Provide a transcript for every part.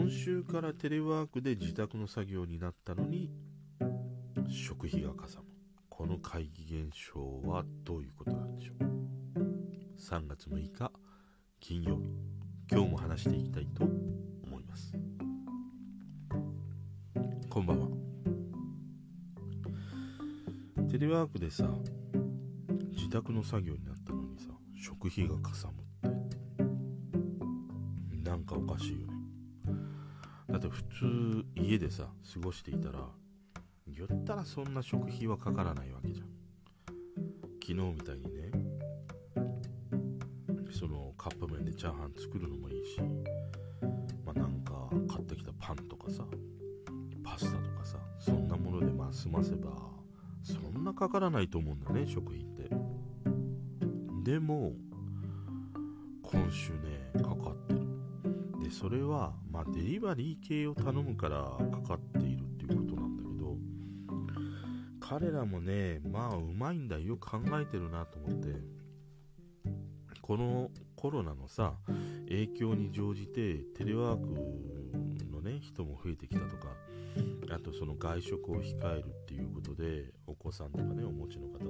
今週からテレワークで自宅の作業になったのに食費がかさむ。この怪奇現象はどういうことなんでしょう。3月6日金曜日、今日も話していきたいと思います。こんばんは。テレワークでさ、自宅の作業になったのにさ、食費がかさむってなんかおかしいよね。だって普通家でさ過ごしていたら言ったらそんな食費はかからないわけじゃん。昨日みたいにね、そのカップ麺でチャーハン作るのもいいし、なんか買ってきたパンとかさパスタとかさ、そんなもので済ませばそんなかからないと思うんだね、食費って。でも今週ねかかってる。でそれはデリバリー系を頼むからかかっているっていうことなんだけど、彼らもねうまいんだよ。よく考えてるなと思って。このコロナのさ影響に乗じてテレワークのね人も増えてきたとか、あとその外食を控えるっていうことでお子さんとかねお持ちの方とか、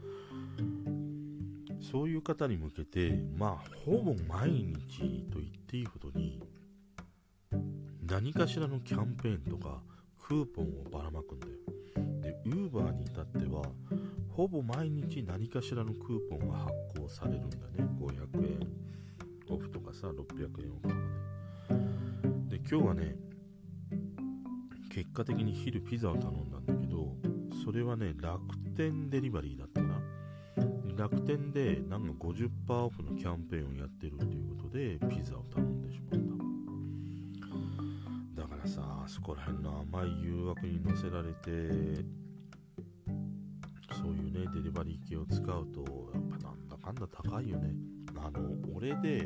そういう方に向けてほぼ毎日と言っていいほどに何かしらのキャンペーンとかクーポンをばらまくんだよ。で Uber に至ってはほぼ毎日何かしらのクーポンが発行されるんだね。500円オフとかさ、600円オフとかね。で今日はね結果的に昼ピザを頼んだんだけど、それはね楽天デリバリーだったかな。楽天でなんか 50% オフのキャンペーンをやってるっていうことでピザを頼んでしまった。だからさ、あそこら辺の甘い誘惑に乗せられて、そういうねデリバリー系を使うとやっぱなんだかんだ高いよね。俺で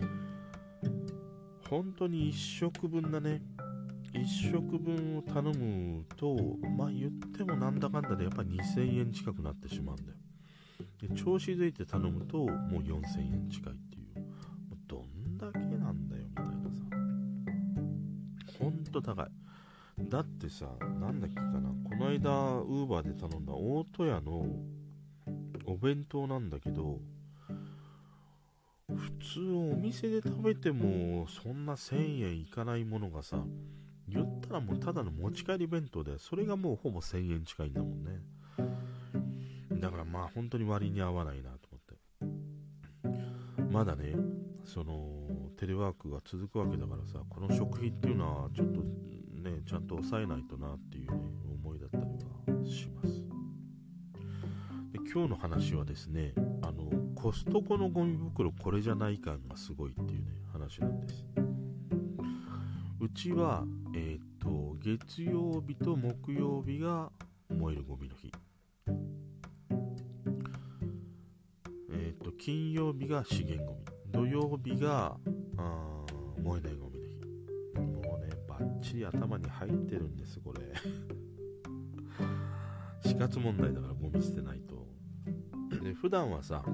本当に1食分だね、1食分を頼むと言ってもなんだかんだでやっぱり2000円近くなってしまうんだよ。で調子づいて頼むともう4000円近いっていう、どんだけなんだよみたいなさ、ほんと高い。だってさ、なんだっけかな、この間ウーバーで頼んだ大戸屋のお弁当なんだけど、普通お店で食べてもそんな1000円いかないものがさ、言ったらもうただの持ち帰り弁当で、それがもうほぼ1000円近いんだもんね。だから本当に割に合わないなと思って。まだねそのテレワークが続くわけだからさ、この食費っていうのはちょっとねちゃんと抑えないとなっていうね思いだったりはします。で今日の話はですね、コストコのゴミ袋これじゃない感がすごいっていうね話なんです。うちは月曜日と木曜日が燃えるゴミの日、金曜日が資源ゴミ、土曜日が燃えないゴミの日。もうねバッチリ頭に入ってるんですこれ死活問題だからゴミ捨てないと。で普段はさ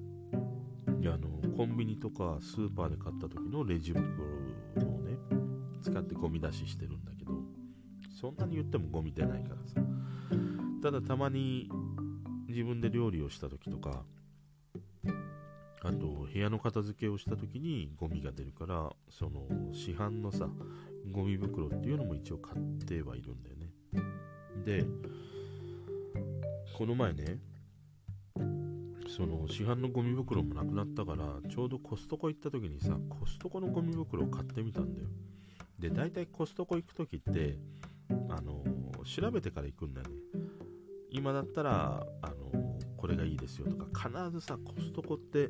コンビニとかスーパーで買った時のレジ袋をね使ってゴミ出ししてるんだけど、そんなに言ってもゴミ出ないからさ。ただたまに自分で料理をした時とか、あと部屋の片付けをした時にゴミが出るから、その市販のさゴミ袋っていうのも一応買ってはいるんだよね。でこの前ねその市販のゴミ袋もなくなったから、ちょうどコストコ行った時にさコストコのゴミ袋を買ってみたんだよ。でだいたいコストコ行く時って調べてから行くんだよね。今だったらこれがいいですよとか、必ずさコストコって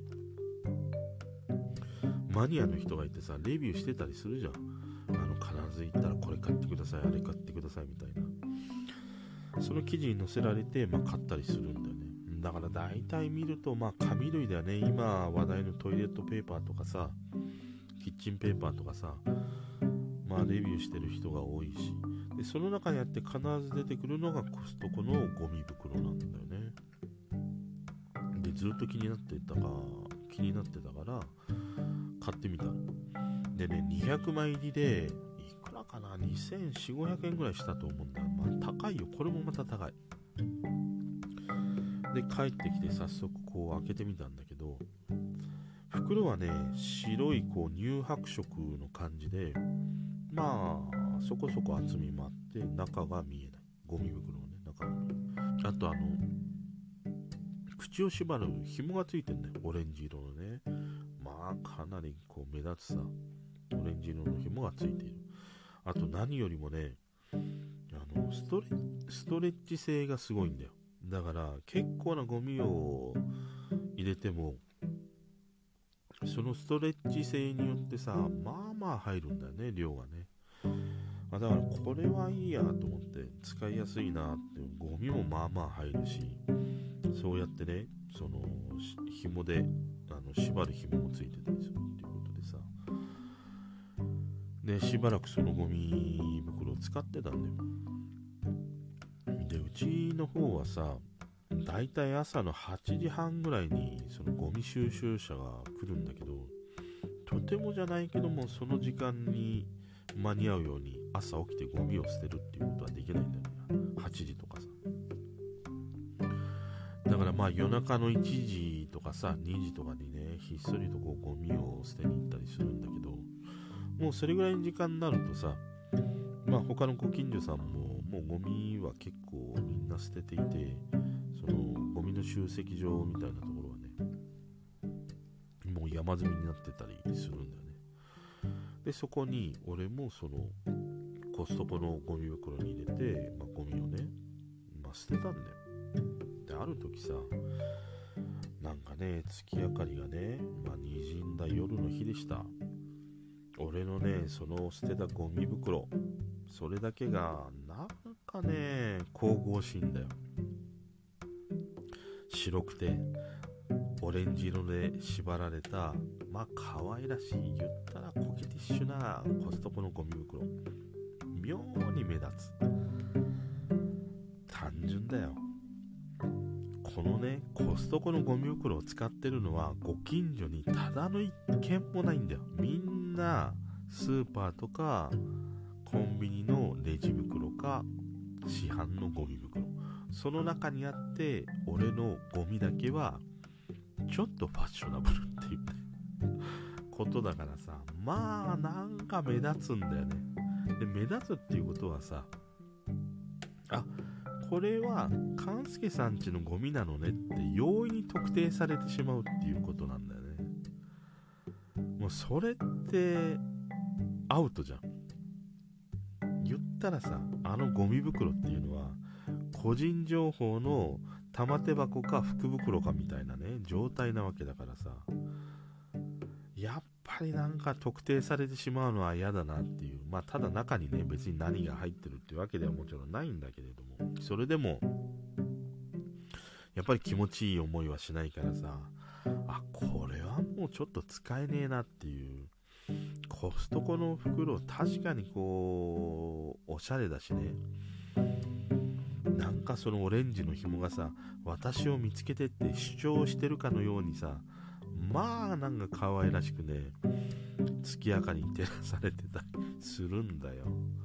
マニアの人がいてさレビューしてたりするじゃん。必ず行ったらこれ買ってください、あれ買ってくださいみたいな、その記事に載せられて買ったりするんだよね。だから大体見ると紙類だよね。今話題のトイレットペーパーとかさキッチンペーパーとかさレビューしてる人が多いし、でその中にあって必ず出てくるのがコストコのゴミ袋なんだよね。でずっと気になってたから買ってみた。でね200枚入りでいらかな、2400、500円ぐらいしたと思うんだよ。まあ高いよ、これもまた高い。で帰ってきて早速こう開けてみたんだけど、袋はね白いこう乳白色の感じで、まあそこそこ厚みもあって中が見えないゴミ袋のね中身。あと口を縛る紐がついてんだよ、オレンジ色のね。まあかなりこう目立つさオレンジ色の紐がついている。あと何よりもねストレッチ性がすごいんだよ。だから結構なゴミを入れてもそのストレッチ性によってさ、まあまあ入るんだよね、量がね。だからこれはいいやと思って使いやすいなって。ゴミもまあまあ入るし、そうやってねその紐で縛る紐もついてたりするっていうことでさ、でしばらくそのゴミ袋を使ってたんだよ。でうちの方はさ、だいたい朝の8時半ぐらいにそのゴミ収集車が来るんだけど、とてもじゃないけどもその時間に間に合うように朝起きてゴミを捨てるっていうことはできないんだよね、8時とかさ。だからまあ夜中の1時とかさ2時とかにねひっそりとこうゴミを捨てに行ったりするんだけど、もうそれぐらいの時間になるとさ、まあ他のご近所さんももうゴミは結構みんな捨てていて、そのゴミの集積場みたいなところはねもう山積みになってたりするんだよね。でそこに俺もそのコストコのゴミ袋に入れて、まあ、ゴミをね、まあ、捨てたんだよ。である時さ、なんかね月明かりがね、まあ、滲んだ夜の日でした。俺のねその捨てたゴミ袋、それだけがなんかね神々しいんだよ。白くてオレンジ色で縛られた、まあ可愛らしい、言ったらコケティッシュなコストコのゴミ袋、妙に目立つ。単純だよ。このねコストコのゴミ袋を使ってるのはご近所にただの一軒もないんだよ。みんなスーパーとかコンビニのレジ袋か市販のゴミ袋、その中にあって、俺のゴミだけはちょっとファッショナブルっていうことだからさ、まあなんか目立つんだよね。で目立つっていうことはさ、あ、これは勘介さんちのゴミなのねって容易に特定されてしまうっていうことなんだよね。もうそれってアウトじゃん。言ったらさ、あのゴミ袋っていうのは個人情報の玉手箱か福袋かみたいなね状態なわけだからさ、やっぱりなんか特定されてしまうのは嫌だなっていう。まあただ中にね別に何が入ってるっていうわけではもちろんないんだけれども、それでもやっぱり気持ちいい思いはしないからさ、あ、これはもうちょっと使えねえなっていう。コストコの袋確かにこうおしゃれだしね、なんかそのオレンジの紐がさ、私を見つけてって主張してるかのようにさ、まあなんか可愛らしくね月明かりに照らされてたりするんだよ。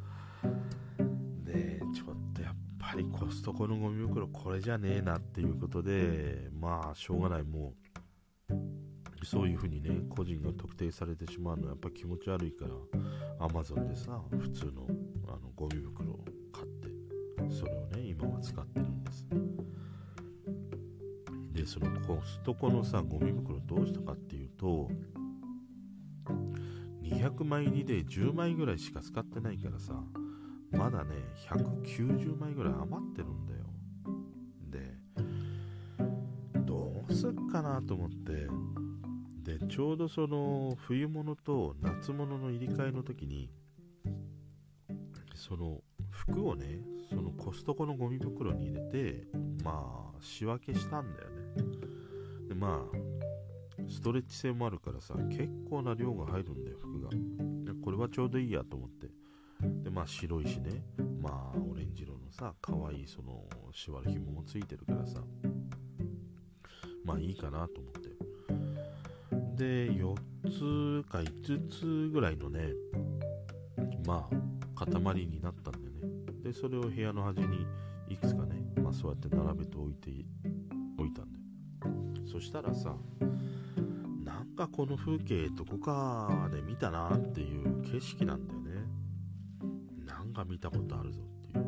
でちょっとやっぱりコストコのゴミ袋これじゃねえなっていうことで、まあしょうがない、もうそういう風にね個人が特定されてしまうのはやっぱ気持ち悪いから、 Amazon でさ普通のゴミ袋を買ってそれをね今は使ってるんです。でそのコストコのさゴミ袋どうしたかっていうと、200枚入りで10枚ぐらいしか使ってないからさ、まだね190枚ぐらい余ってるんだよ。でどうすっかなと思って、でちょうどその冬物と夏物の入れ替えの時にその服をねそのコストコのゴミ袋に入れて、まあ仕分けしたんだよね。でまあストレッチ性もあるからさ結構な量が入るんだよ服が。でこれはちょうどいいやと思って、でまあ白いしね、まあオレンジ色のさ可愛いその縛る紐もついてるからさ、まあいいかなと思って、で4つか5つぐらいのね、まあ塊になったんだよね。でそれを部屋の端にいくつかね、そうやって並べておいたんだよ。そしたらさ、なんかこの風景どこかで見たなっていう景色なんだよね。なんか見たことあるぞっていう。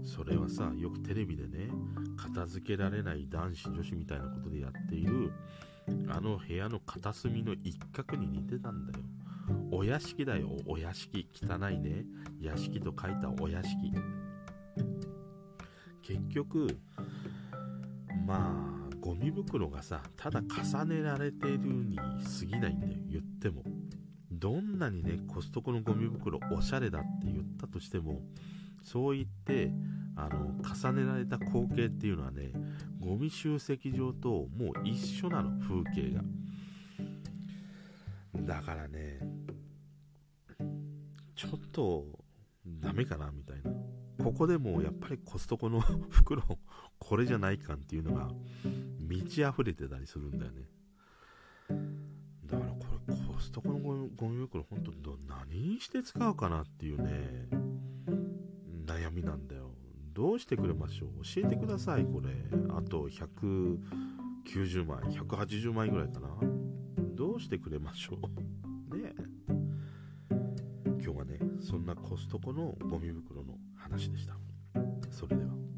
それはさ、よくテレビでね、片付けられない男子女子みたいなことでやっているあの部屋の片隅の一角に似てたんだよ。お屋敷だよ、お屋敷。汚いね、屋敷と書いたお屋敷。結局ゴミ袋がさ、ただ重ねられてるに過ぎないんだよ、言っても。どんなにね、コストコのゴミ袋おしゃれだって言ったとしても、そう言って重ねられた光景っていうのはね、ゴミ集積場ともう一緒なの、風景が。だからね、ちょっとダメかなみたいな。ここでもやっぱりコストコの袋これじゃないかんっていうのが満ち溢れてたりするんだよね。だからこれコストコのゴミ袋本当何にして使うかなっていうね、悩みなんだよ。どうしてくれましょう、教えてください。これあと190枚180枚ぐらいかな。どうしてくれましょうね。今日はね、そんなコストコのゴミ袋の話でした。それでは。